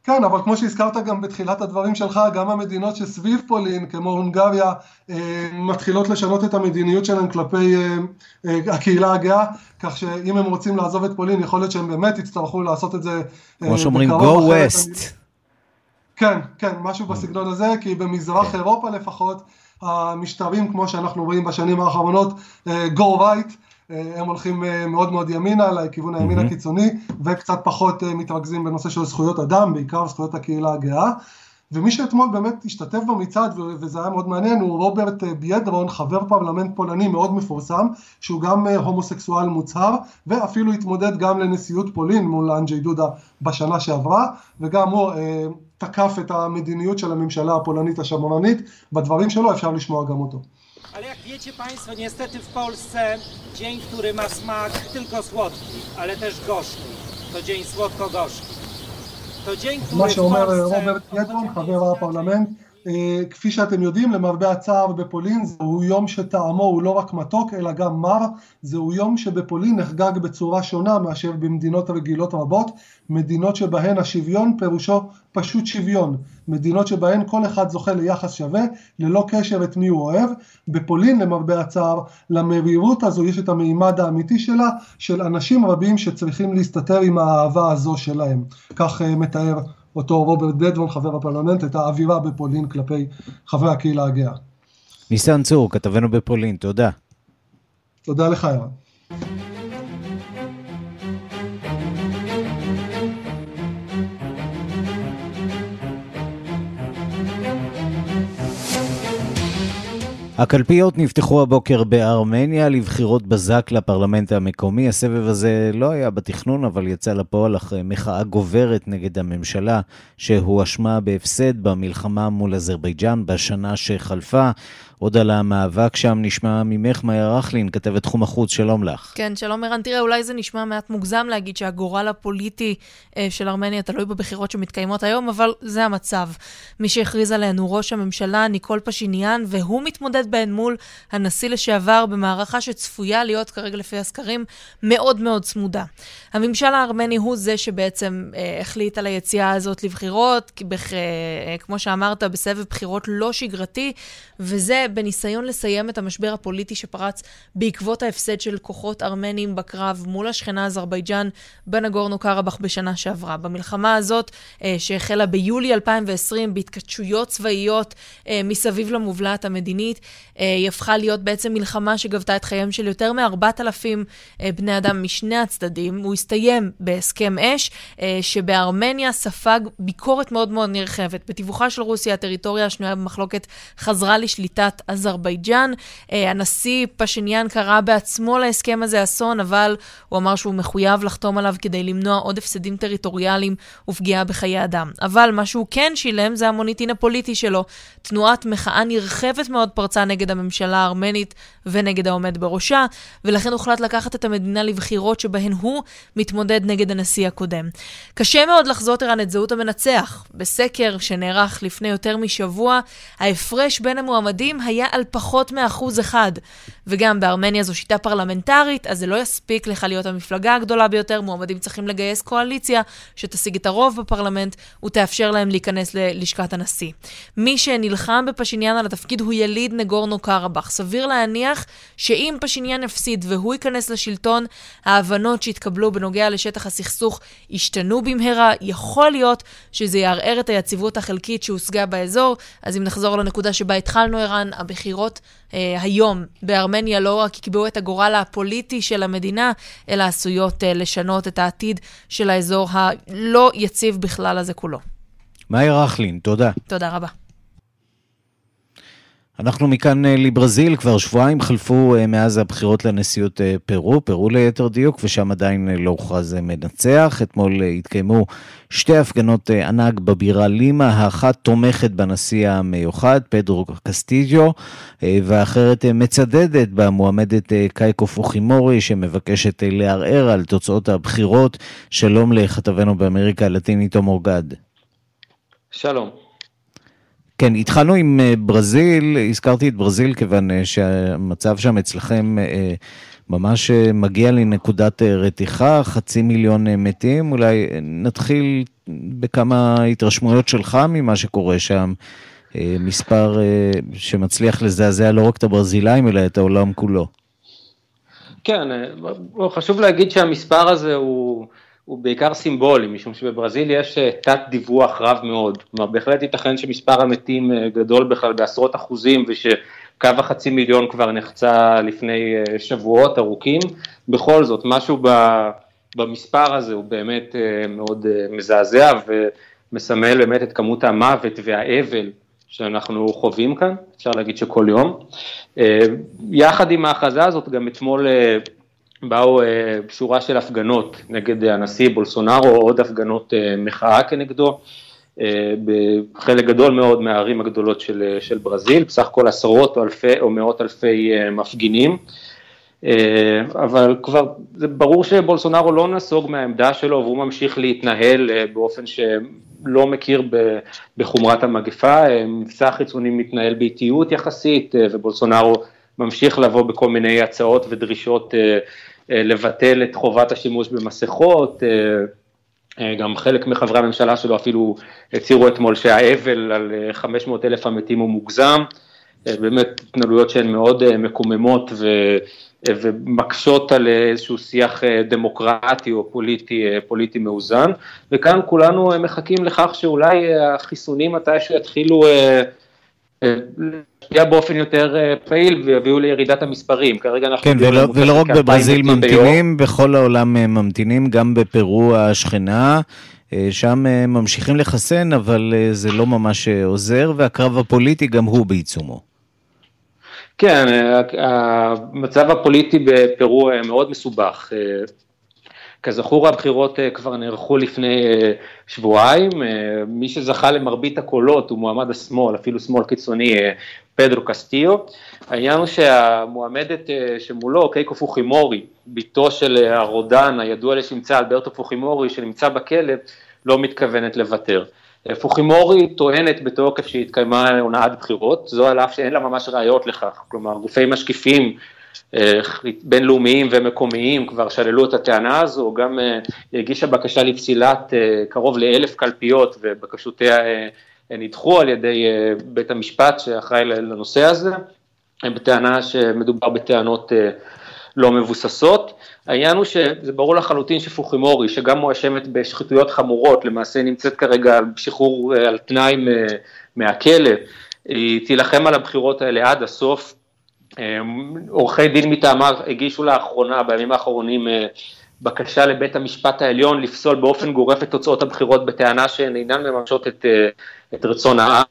כן, אבל כמו שהזכרת גם בתחילת הדברים שלך, גם המדינות שסביב פולין, כמו הונגריה, מתחילות לשנות את המדיניות שלהם כלפי הקהילה הגאה, כך שאם הם רוצים לעזוב את פולין, יכול להיות שהם באמת יצטרכו לעשות את זה כמו שאומרים, go west. כן, כן, משהו בסגנון הזה, כי במזרח אירופה לפחות, המשטרים, כמו שאנחנו רואים בשנים האחרונות, go right, הם הולכים מאוד מאוד ימינה, לכיוון הימין הקיצוני, וקצת פחות מתרכזים בנושא של זכויות אדם, בעיקר זכויות הקהילה הגאה. ומי שאתמול באמת השתתף במצעד, וזה היה מאוד מעניין, הוא רוברט ביאדרון, חבר פרלמנט פולני מאוד מפורסם, שהוא גם הומוסקסואל מוצהר, ואפילו התמודד גם לנשיאות פולין מול אנג'י דודה בשנה שעברה, וגם הוא תקף את המדיניות של הממשלה הפולנית השמרנית, בדברים שלו אפשר לשמוע גם אותו. Ale jak wiecie Państwo, niestety w Polsce dzień, który ma smak tylko słodki, ale też gorzki. To dzień słodko-gorzki. To dzień, który מה שאומר רוברט ביאדרון, חבר הפרלמנט, כפי שאתם יודעים, למרבה הצער בפולין, זהו יום שטעמו הוא לא רק מתוק, אלא גם מר. זהו יום שבפולין נחגג בצורה שונה מאשר במדינות רגילות רבות, מדינות שבהן השוויון פירושו פשוט שוויון, מדינות שבהן כל אחד זוכה ליחס שווה, ללא קשר את מי הוא אוהב. בפולין, למרבה הצער, למרירות הזו יש את המימד האמיתי שלה, של אנשים רבים שצריכים להסתתר עם האהבה הזו שלהם. כך מתאר אותו רוברט ביאדרון, חבר הפרלמנט, את האווירה בפולין כלפי חברי הקהילה הגאה. ניסן צור, כתבנו בפולין, תודה. תודה לך, ירן. הקלפיות נפתחו הבוקר בארמניה לבחירות בזק לפרלמנט המקומי. הסבב הזה לא היה בתכנון, אבל יצא לפועל אחרי מחאה גוברת נגד הממשלה שהואשמה בהפסד במלחמה מול אזרבייג'אן בשנה שחלפה. עוד על המאבק שם נשמע ממך מאיה רכלין, כתבת תחום החוץ, שלום לך. כן, שלום ערן. תראה, אולי זה נשמע מעט מוגזם להגיד שהגורל הפוליטי של ארמניה תלוי בבחירות שמתקיימות היום, אבל זה המצב. מי שהכריז עלינו ראש הממשלה ניקול פשיניאן, והוא מתמודד בהן מול הנשיא לשעבר במערכה שצפויה להיות כרגע לפי הסקרים מאוד מאוד צמודה. הממשל הארמני הוא זה שבעצם החליט על היציאה הזאת לבחירות, כמו שאמרת, בסבב בחירות לא שגרתי, וזה בניסיון לסיים את המשבר הפוליטי שפרץ בעקבות ההפסד של כוחות ארמנים בקרב מול השכנה אזרבייג'אן בנגורנו קרבאח בשנה שעברה. במלחמה הזאת שהחלה ביולי 2020 בהתכתשויות צבאיות מסביב למובלעת המדינית, היא הפכה להיות בעצם מלחמה שגבתה את חייהם של יותר מ-4,000 בני אדם משני הצדדים. הוא הסתיים בהסכם אש שבארמניה ספג ביקורת מאוד מאוד נרחבת. בתיווכה של רוסיה, הטריטוריה השנויה במחלוקת חזרה לשליטת אזרבייג'אן. הנשיא פשיניאן קרא בעצמו להסכם הזה אסון, אבל הוא אמר שהוא מחויב לחתום עליו כדי למנוע עוד הפסדים טריטוריאליים ופגיעה בחיי אדם. אבל מה שהוא כן שילם זה המוניטין הפוליטי שלו. תנועת מחאה נרחבת מאוד פרצה נגד הממשלה הארמנית ונגד העומד בראשה, ולכן הוחלט לקחת את המדינה לבחירות שבהן הוא מתמודד נגד הנשיא הקודם. קשה מאוד לחזות ערן את זהות המנצח. בסקר שנערך לפני יותר משבוע, ההפרש בין המועמדים היה על פחות מ1%. וגם בארמניה זו שיטה פרלמנטרית, אז זה לא יספיק לך להיות המפלגה הגדולה ביותר. מועמדים צריכים לגייס קואליציה שתשיג את הרוב בפרלמנט ותאפשר להם להיכנס ללשכת הנשיא. מי שנלחם בפשיניאן על התפקיד הוא יליד נגורנו קרבאח. סביר להניח שאם פשיניאן יפסיד והוא ייכנס לשלטון, ההבנות שהתקבלו בנוגע לשטח הסכסוך השתנו במהרה. יכול להיות שזה יערער את היציבות החלקית שהושגה באזור. אז אם נחזור לנקודה שבה התחלנו ערן, הבחירות היום בארמניה לא רק יקבעו את הגורל הפוליטי של המדינה, אלא עשויות לשנות את העתיד של האזור הלא יציב בכלל הזה כולו. מאיה רכלין, תודה. תודה רבה. אנחנו מכאן לברזיל, כבר שבועיים חלפו מאז הבחירות לנשיאות פרו ליתר דיוק, ושם עדיין לא הוכרז מנצח. אתמול התקיימו שתי הפגנות ענק בבירה לימה, האחת תומכת בנשיא המיוחד, פדרו קסטיג'ו, והאחרת מצדדת במועמדת קייקו פוחימורי, שמבקשת לערער על תוצאות הבחירות. שלום לכתבנו באמריקה הלטינית תומר גד. שלום. כן, התחלנו עם ברזיל, הזכרתי את ברזיל כיוון שהמצב שם אצלכם ממש מגיע לנקודת רתיחה, 500,000 מתים. אולי נתחיל בכמה התרשמויות שלך ממה שקורה שם, מספר שמצליח לזעזע לא רק את הברזילאים, אלא את העולם כולו. כן, חשוב להגיד שהמספר הזה הוא בעיקר סימבולי, משום שבברזיל יש תת דיווח רב מאוד. כלומר, בהחלט ייתכן שמספר המתים גדול בכלל בעשרות אחוזים, ושקו 500,000 כבר נחצה לפני שבועות ארוכים. בכל זאת, משהו במספר הזה הוא באמת מאוד מזעזע, ומסמל באמת את כמות המוות והאבל שאנחנו חווים כאן, אפשר להגיד שכל יום. יחד עם ההכרזה הזאת, גם אתמול באו שורה של הפגנות נגד הנשיא בולסונארו, עוד הפגנות מחאה כנגדו, בחלק גדול מאוד מהערים הגדולות של ברזיל, בסך הכל עשרות או מאות אלפי מפגינים, אבל כבר זה ברור שבולסונארו לא נסוג מהעמדה שלו, והוא ממשיך להתנהל באופן שלא מכיר בחומרת המגפה, מבצע חיצוני מתנהל באיטיות יחסית, ובולסונארו ממשיך לבוא בכל מיני הצעות ודרישות לבטל את חובת השימוש במסכות, גם חלק מחברי הממשלה שלו אפילו הצהירו אתמול שהאבל על 500,000 המתים הוא מוגזם, באמת התנהלויות שהן מאוד מקוממות ומקשות על איזשהו שיח דמוקרטי או פוליטי מאוזן, וכאן כולנו מחכים לכך שאולי החיסונים מתישהו יתחילו להשפיע באופן יותר פעיל ויביאו לירידת המספרים. כרגע אנחנו... כן, ולא רק בברזיל ממתינים, בכל העולם ממתינים, גם בפרו השכנה, שם ממשיכים לחסן, אבל זה לא ממש עוזר, והקרב הפוליטי גם הוא בעיצומו. כן, המצב הפוליטי בפרו מאוד מסובך. כזכור, הבחירות כבר נערכו לפני שבועיים, מי שזכה למרבית הקולות הוא מועמד השמאל, אפילו שמאל קיצוני, פדרו קסטיו. העניין הוא שהמועמדת שמולו, קייקו פוחימורי, ביתו של הרודן הידוע לשמצה, אלברטו פוחימורי, שנמצא בכלא, לא מתכוונת לוותר. פוחימורי טוענת בתוקף שהתקיימה הונאת בחירות, זו על אף שאין לה ממש ראיות לכך, כלומר גופי משקיפים בינלאומיים ומקומיים כבר שללו את הטענה הזו, גם הגישה בקשה לפסילת קרוב ל1,000 קלפיות, ובקשותיה נדחו על ידי בית המשפט שאחראי לנושא הזה, בטענה שמדובר בטענות לא מבוססות. העניין הוא שזה ברור לחלוטין שפוחימורי, שגם מואשמת בשחיתויות חמורות, למעשה נמצאת כרגע בשחרור על תנאי מהכלא, היא תילחם על הבחירות האלה עד הסוף. עורכי דין מטעמה הגישו לאחרונה, בימים האחרונים, בקשה לבית המשפט העליון לפסול באופן גורף את תוצאות הבחירות, בטענה שהן אינן ממשות את רצון העם.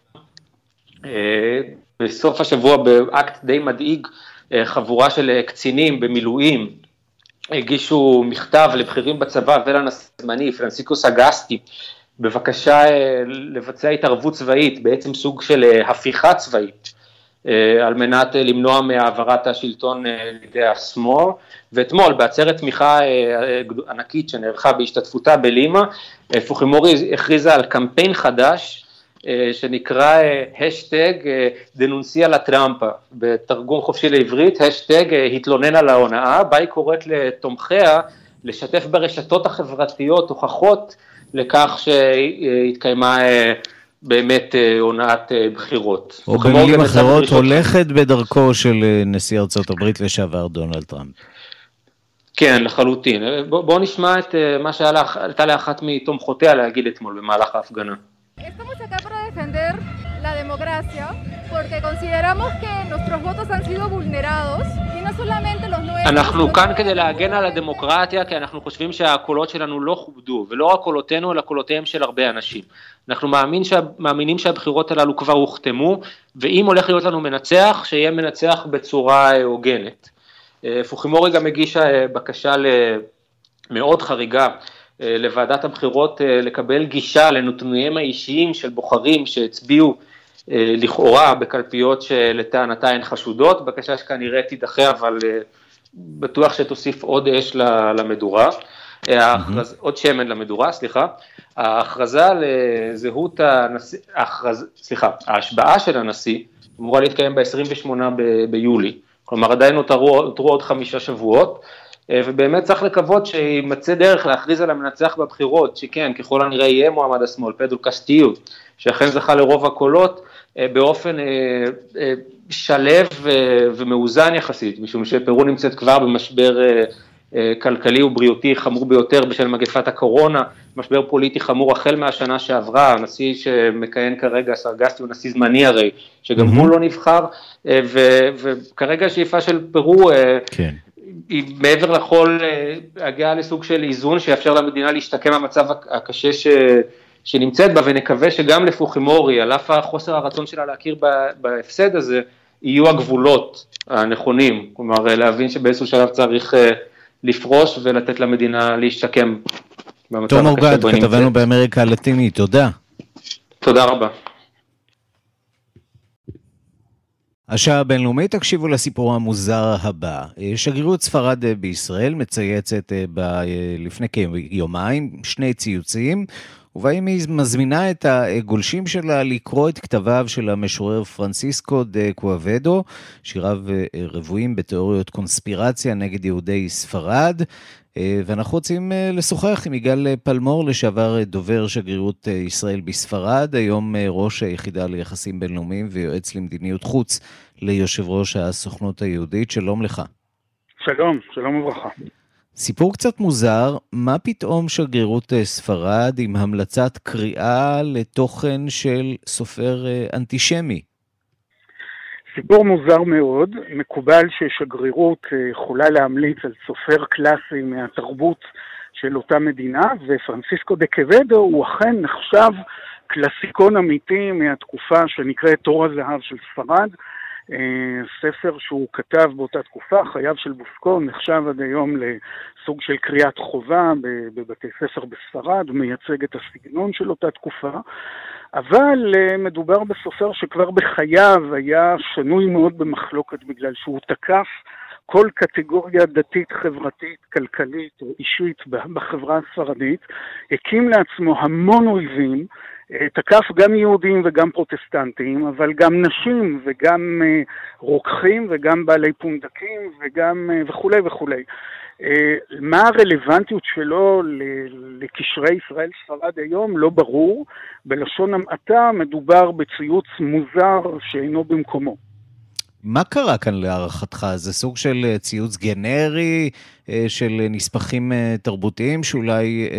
בסוף השבוע, באקט די מדאיג, חבורה של קצינים במילואים, הגישו מכתב לבכירים בצבא ולנשיא הזמני, פרנסיסקו סגסטי, בבקשה לבצע התערבות צבאית, בעצם סוג של הפיכה צבאית, על מנת למנוע מהעברת השלטון לידי השמאל. ואתמול בעצרת תמיכה ענקית שנערכה בהשתתפותה בלימה, פוחימורי הכריזה על קמפיין חדש שנקרא השטג דנונסיה לטראמפה, בתרגום חופשי לעברית, השטג התלונן על ההונאה, בה היא קוראת לתומכיה לשתף ברשתות החברתיות הוכחות לכך שהתקיימה באמת הונאת בחירות. או במילים אחרות, הולכת בדרכו של נשיא ארצות הברית לשעבר דונלד טראמפ. כן, לחלוטין. בואו נשמע את מה שעלתה לאחת מתומכותיה להגיד אתמול במהלך ההפגנה. Estamos acá para defender la democracia porque consideramos que nuestros votos han sido vulnerados y no solamente los nuevos... אנחנו כאן כדי להגן על הדמוקרטיה, כי אנחנו חושבים שהקולות שלנו לא כובדו, ולא רק קולותינו אלא קולותיהם של הרבה אנשים. אנחנו מאמינים שהבחירות הללו כבר הוחתמו, ואם הולך להיות לנו מנצח, שיהיה מנצח בצורה הוגנת. פוחימורי גם הגישה בקשה מאוד חריגה, לוועדת הבחירות לקבל גישה לנתוניהם האישיים של בוחרים שהצביעו לכאורה בקלפיות שלטענתה הן חשודות, בקשה שכנראה תידחה, אבל בטוח שתוסיף עוד אש למדורה, עוד שמן למדורה, סליחה. ההכרזה לזהות הנשיא, ההשבעה של הנשיא אמורה להתקיים ב-28 ביולי, כלומר עדיין נותרו עוד 5 שבועות, ובאמת צריך לקוות שימצא דרך להכריז על המנצח בבחירות, שכן, ככל הנראה יהיה מועמד השמאל, פדרו קסטיו, שאכן זכה לרוב הקולות, באופן שלב ומאוזן יחסית, משום שפרו נמצאת כבר במשבר כלכלי ובריאותי חמור ביותר בשל מגפת הקורונה, משבר פוליטי חמור החל מהשנה שעברה, הנשיא שמכהן כרגע, סרגסטי, הוא נשיא זמני הרי, שגם הוא לא נבחר, וכרגע השאיפה של פרו היא מעבר לכל הגעה לסוג של איזון שיאפשר למדינה להשתקם מהמצב הקשה שנמצאת בה, ונקווה שגם לפוחימורי, על אף החוסר הרצון שלה להכיר בהפסד הזה, יהיו הגבולות הנכונים, כלומר להבין שבאיזשהו שלב צריך לפרוש ולתת למדינה להשתקם במצב הקשה. תום אורגד, כתבנו באמריקה הלטינית, תודה. תודה רבה. השעה הבינלאומית, תקשיבו לסיפור המוזר הבא. שגרירות ספרד בישראל מצייצת לפני כיומיים 2 ציוצים, ובהם היא מזמינה את הגולשים שלה לקרוא את כתביו של המשורר פרנסיסקו דה קואבדו, שיריו רבועים בתיאוריות קונספירציה נגד יהודי ספרד, ואנחנו רוצים לשוחח עם יגאל פלמור, לשעבר דובר שגרירות ישראל בספרד, היום ראש היחידה ליחסים בינלאומיים ויועץ למדיניות חוץ ליושב ראש הסוכנות היהודית. שלום לך. שלום, שלום וברכה. סיפור קצת מוזר, מה פתאום שגרירות ספרד עם המלצת קריאה לתוכן של סופר אנטישמי? סיפור מוזר מאוד, מקובל ששגרירות יכולה להמליץ על סופר קלאסי מהתרבות של אותה מדינה, ופרנסיסקו דה קואבדו הוא אכן נחשב קלאסיקון אמיתי מהתקופה שנקראת תור הזהב של ספרד, ספר שהוא כתב באותה תקופה, חייו של בוסקון, נחשב עד היום לסוג של קריאת חובה בבתי ספר בספרד, מייצג את הסגנון של אותה תקופה, אבל מדובר בסופר שכבר בחייו היה שנוי מאוד במחלוקת, בגלל שהוא תקף כל קטגוריה דתית, חברתית, כלכלית או אישית בחברה הספרדית, הקים לעצמו המון אויבים, תקף גם יהודים וגם פרוטסטנטים, אבל גם נשים וגם רוקחים וגם בעלי פונדקים וגם וכו' וכו'. מה הרלוונטיות שלו לקשרי ישראל-ספרד היום לא ברור, בלשון המעטה מדובר בציוץ מוזר שאינו במקומו. מה קרה כאן להערכתך? זה סוג של ציוץ גנרי של נספחים תרבותיים שאולי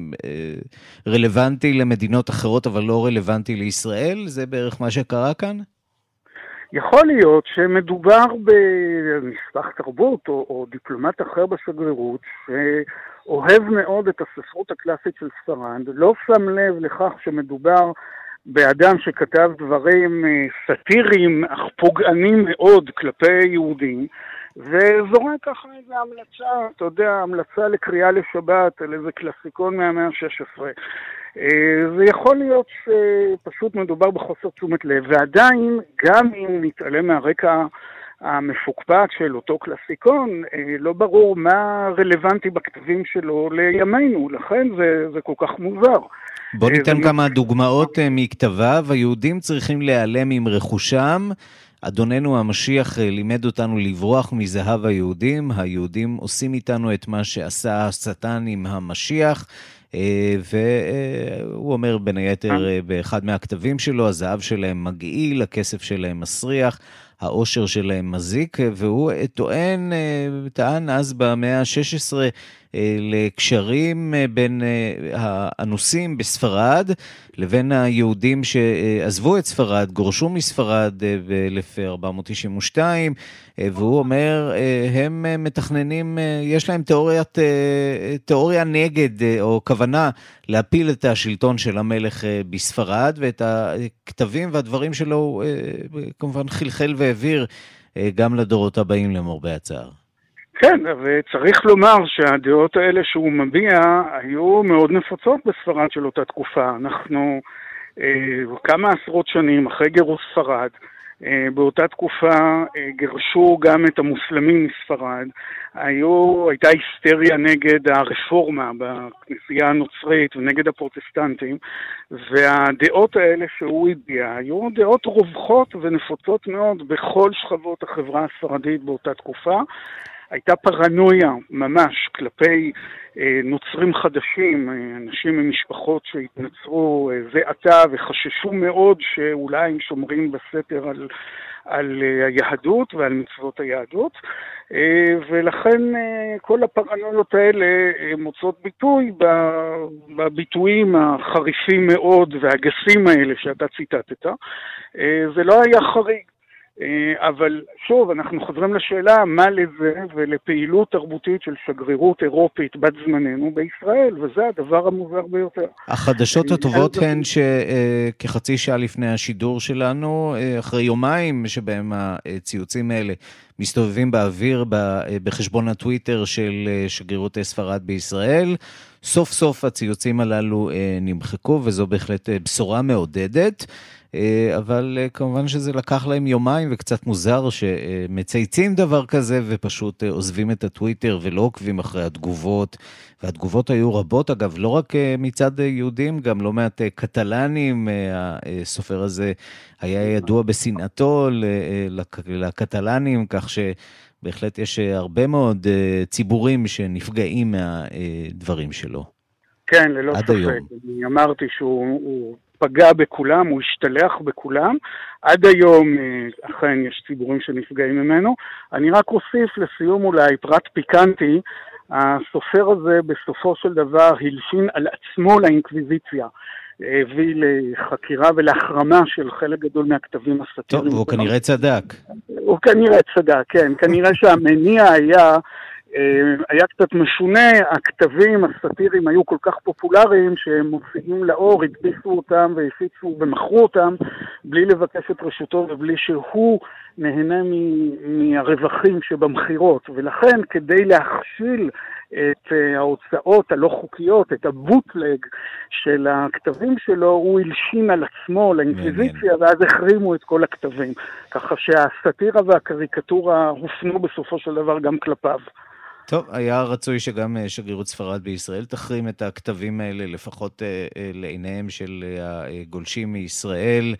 רלוונטי למדינות אחרות אבל לא רלוונטי לישראל? זה בערך מה שקרה כאן? יכול להיות שמדובר בנספח תרבות או דיפלומט אחר בשגרירות שאוהב מאוד את הספרות הקלאסית של ספרד, לא שם לב לכך שמדובר באדם שכתב דברים סטיריים אך פוגענים מאוד כלפי יהודים, וזורק ככה איזו המלצה, אתה יודע, המלצה לקריאה לשבת על איזה קלאסיקון מהמאה ה-16. זה יכול להיות שפשוט מדובר בחוסר תשומת לב, ועדיין גם אם נתעלם מהרקע המפוקפק של אותו קלאסיקון, לא ברור מה רלוונטי בכתבים שלו לימינו, לכן זה כל כך מוזר. בוא ניתן כמה דוגמאות מכתביו. היהודים צריכים להיעלם עם רכושם, אדוננו המשיח לימד אותנו לברוח מזהב היהודים, היהודים עושים איתנו את מה שעשה השטן עם המשיח, והוא אומר בין היתר באחד מהכתבים שלו, הזהב שלהם מגעיל, הכסף שלהם מסריח, העושר שלהם מזיק, והוא טען אז במאה ה-16 לקשרים בין האנוסים בספרד לבין היהודים שעזבו את ספרד, גורשו מספרד ב-1492, והוא אומר, הם מתכננים, יש להם תיאוריה נגד, או כוונה להפיל את השלטון של המלך בספרד, ואת הכתבים והדברים שלו כמובן חלחל והעביר גם לדורות הבאים למרבה הצער. כן, וצריך לומר שהדעות האלה שהוא מביע היו מאוד נפוצות בספרד של אותה תקופה. אנחנו כמה עשרות שנים אחרי גירוש ספרד, באותה תקופה גרשו גם את המוסלמים מספרד, הייתה היסטריה נגד הרפורמה בכנסייה הנוצרית ונגד הפרוטסטנטים, והדעות האלה שהוא הביע היו דעות רווחות ונפוצות מאוד בכל שכבות החברה הספרדית באותה תקופה. הייתה פרנויה ממש כלפי נוצרים חדשים, אנשים ממשפחות שהתנצרו זה עתה וחששו מאוד שאולי הם שומרים בסתר על היהדות ועל מצוות היהדות, ולכן כל הפרנויות האלה מוצאות ביטוי בביטויים החריפים מאוד והגסים האלה שאתה ציטטת. זה לא היה חריג. אבל שוב, אנחנו חוזרים לשאלה מה לזה ולפעילות תרבותית של שגרירות אירופית בת זמננו בישראל, וזה הדבר המוזר ביותר. החדשות הטובות הן שכחצי שעה לפני השידור שלנו, אחרי יומיים שבהם הציוצים האלה מסתובבים באוויר בחשבון הטוויטר של שגרירות ספרד בישראל, סוף סוף הציוצים הללו נמחקו, וזו בהחלט בשורה מעודדת. אבל כמובן שזה לקח להם יומיים, וקצת מוזר שמצייצים דבר כזה ופשוט עוזבים את הטוויטר ולא עוקבים אחרי התגובות, והתגובות היו רבות אגב, לא רק מצד יהודים, גם לא מעט קטלנים. הסופר הזה היה ידוע בשנאתו לקטלנים, כך שבהחלט יש הרבה מאוד ציבורים שנפגעים מהדברים שלו. כן, ללא ספק. אני אמרתי שהוא פגע בכולם, הוא השתלח בכולם. עד היום אכן יש ציבורים שנפגעים ממנו. אני רק אוסיף לסיום אולי פרט פיקנטי, הסופר הזה בסופו של דבר הלשין על עצמו לאינקוויזיציה, הביא לחקירה ולהחרמה של חלק גדול מהכתבים הסאטיריים. טוב, הוא כנראה צדק. הוא כנראה צדק, כן. כנראה שהמניע היה קצת משונה. הכתבים הסאטיריים היו כל כך פופולריים שהם מוציאים לאור, הדפיסו אותם והפיצו ומכרו אותם בלי לבקש את רשותו ובלי שהוא נהנה מהרווחים שבמחירות. ולכן כדי להכשיל את ההוצאות הלא חוקיות, את הבוטלג של הכתבים שלו, הוא הלשין על עצמו לאינקוויזיציה, ואז החרימו את כל הכתבים. ככה שהסאטירה והקריקטורה הופנו בסופו של דבר גם כלפיו. טוב, היה רצוי שגם שגרירות ספרד בישראל תחרים את הכתבים האלה, לפחות לעיניהם של הגולשים מישראל.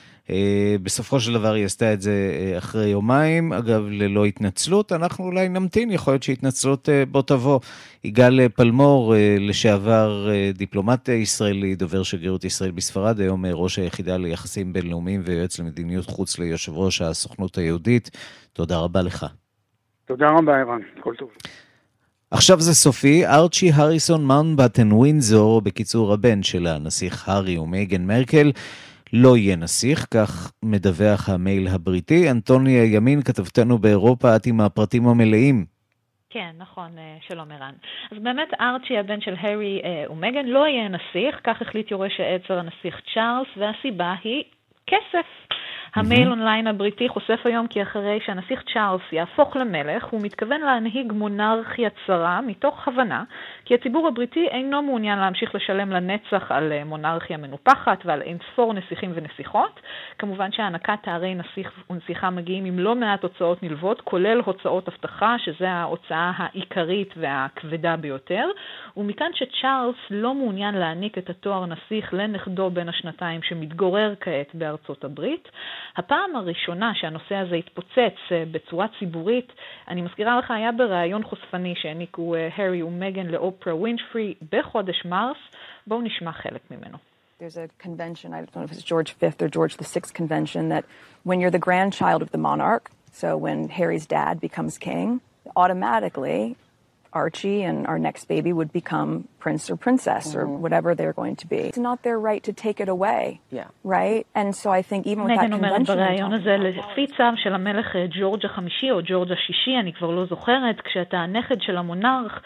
בסופו של דבר היא עשתה את זה אחרי יומיים, אגב ללא התנצלות. אנחנו אולי נמתין, יכול להיות שהתנצלות בוא תבוא. יגאל פלמור, לשעבר דיפלומט ישראלי, דובר שגרירות ישראל בספרד, היום ראש היחידה ליחסים בינלאומיים ויועץ למדיניות חוץ ליושב ראש הסוכנות היהודית. תודה רבה לך. תודה רבה, ערן. כל טוב. עכשיו זה סופי. ארצ'י הריסון מאונטבטן ווינזור, בקיצור הבן של הנסיך הארי ומייגן מרקל, לא יהיה נסיך, כך מדווח המייל הבריטי. אנטוניה ימין, כתבתנו באירופה, את עם הפרטים המלאים. כן, נכון, שלום ערן. אז באמת ארצ'י, הבן של הארי ומייגן, לא יהיה נסיך, כך החליט יורש העצר הנסיך צ'ארלס, והסיבה היא כסף. המייל אונליין הבריטי חושף היום כי אחרי שהנסיך צ'ארלס יהפוך למלך, הוא מתכוון להנהיג מונרכיה צרה מתוך הבנה, כי הציבור הבריטי אינו מעוניין להמשיך לשלם לנצח על מונרכיה מנופחת ועל אין ספור נסיכים ונסיכות. כמובן שהענקת תארי נסיך ונסיכה מגיעים עם לא מעט הוצאות נלוות, כולל הוצאות הבטחה, שזה ההוצאה העיקרית והכבדה ביותר, ומכאן שצ'ארלס לא מעוניין להעניק את התואר נסיך לנכדו בין השנתיים שמתגורר כעת בארצות הברית. הפעם הראשונה שהנושא הזה התפוצץ בצורה ציבורית, אני מזכירה לך, היה בראיון חושפני שהעניקו הארי ומייגן לאופרה ווינפרי בחודש מרס. בואו נשמע חלק ממנו. There's a convention, I don't know if it's George V or George VI convention, that when you're the grandchild of the monarch, so when Harry's dad becomes king, automatically Archie and our next baby would become prince or princess or whatever they're going to be. It's not their right to take it away, right? And so I think even with that convention... מגן אומרת ברעיון הזה, לפי צו של המלך ג'ורג' החמישי או ג'ורג' השישי, אני כבר לא זוכרת, כשאתה הנכד של המונרך,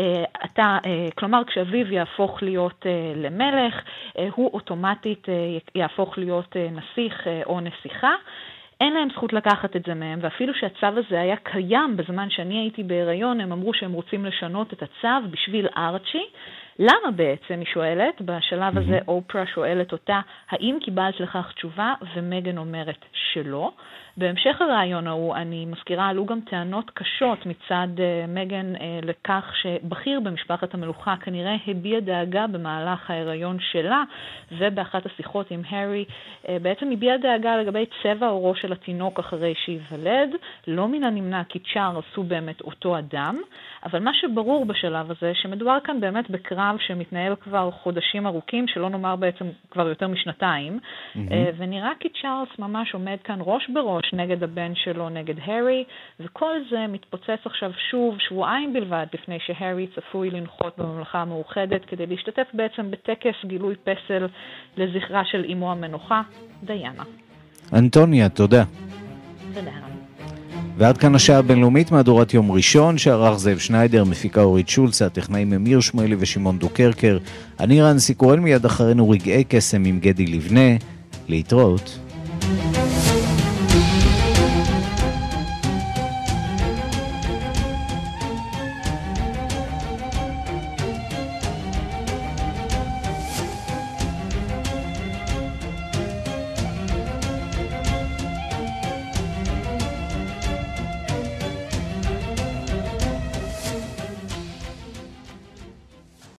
כלומר כשאביו יהפוך להיות למלך, הוא אוטומטית יהפוך להיות נסיך או נסיכה. אין להם זכות לקחת את זה מהם, ואפילו שהצו הזה היה קיים בזמן שאני הייתי בהיריון, הם אמרו שהם רוצים לשנות את הצו בשביל ארצ'י. למה בעצם, היא שואלת, בשלב הזה אופרה שואלת אותה, האם קיבלת לכך תשובה, ומגן אומרת שלא. בהמשך הרעיון ההוא, אני מזכירה, עלו גם טענות קשות מצד מגן לכך שבכיר במשפחת המלוכה כנראה הביע דאגה במהלך ההיריון שלה, ובאחת השיחות עם הרי בעצם הביע דאגה לגבי צבע עורו של התינוק אחרי שיוולד. לא מן הנמנע כי צ'ארלס הוא באמת אותו אדם, אבל מה שברור בשלב הזה שמדובר כאן באמת בקרב שמתנהל כבר חודשים ארוכים, שלא נאמר בעצם כבר יותר משנתיים, ונראה כי צ'ארלס ממש עומד כאן ראש בראש נגד הבן שלו, נגד הרי, וכל זה מתפוצץ עכשיו שוב שבועיים בלבד לפני שהרי צפוי לנחות בממלכה המאוחדת כדי להשתתף בעצם בטקס גילוי פסל לזכרה של אמו המנוחה, דיאנה. אנטוניה, תודה. תודה. ועד כאן השעה הבינלאומית, מהדורת יום ראשון, שערך זאב שניידר, מפיקה אורית שולץ, הטכנאים אמיר שמואלי ושמעון דוקרקר. אני רנסי קורל, מיד אחרינו רגעי קסם עם גדי לבנה. להתראות.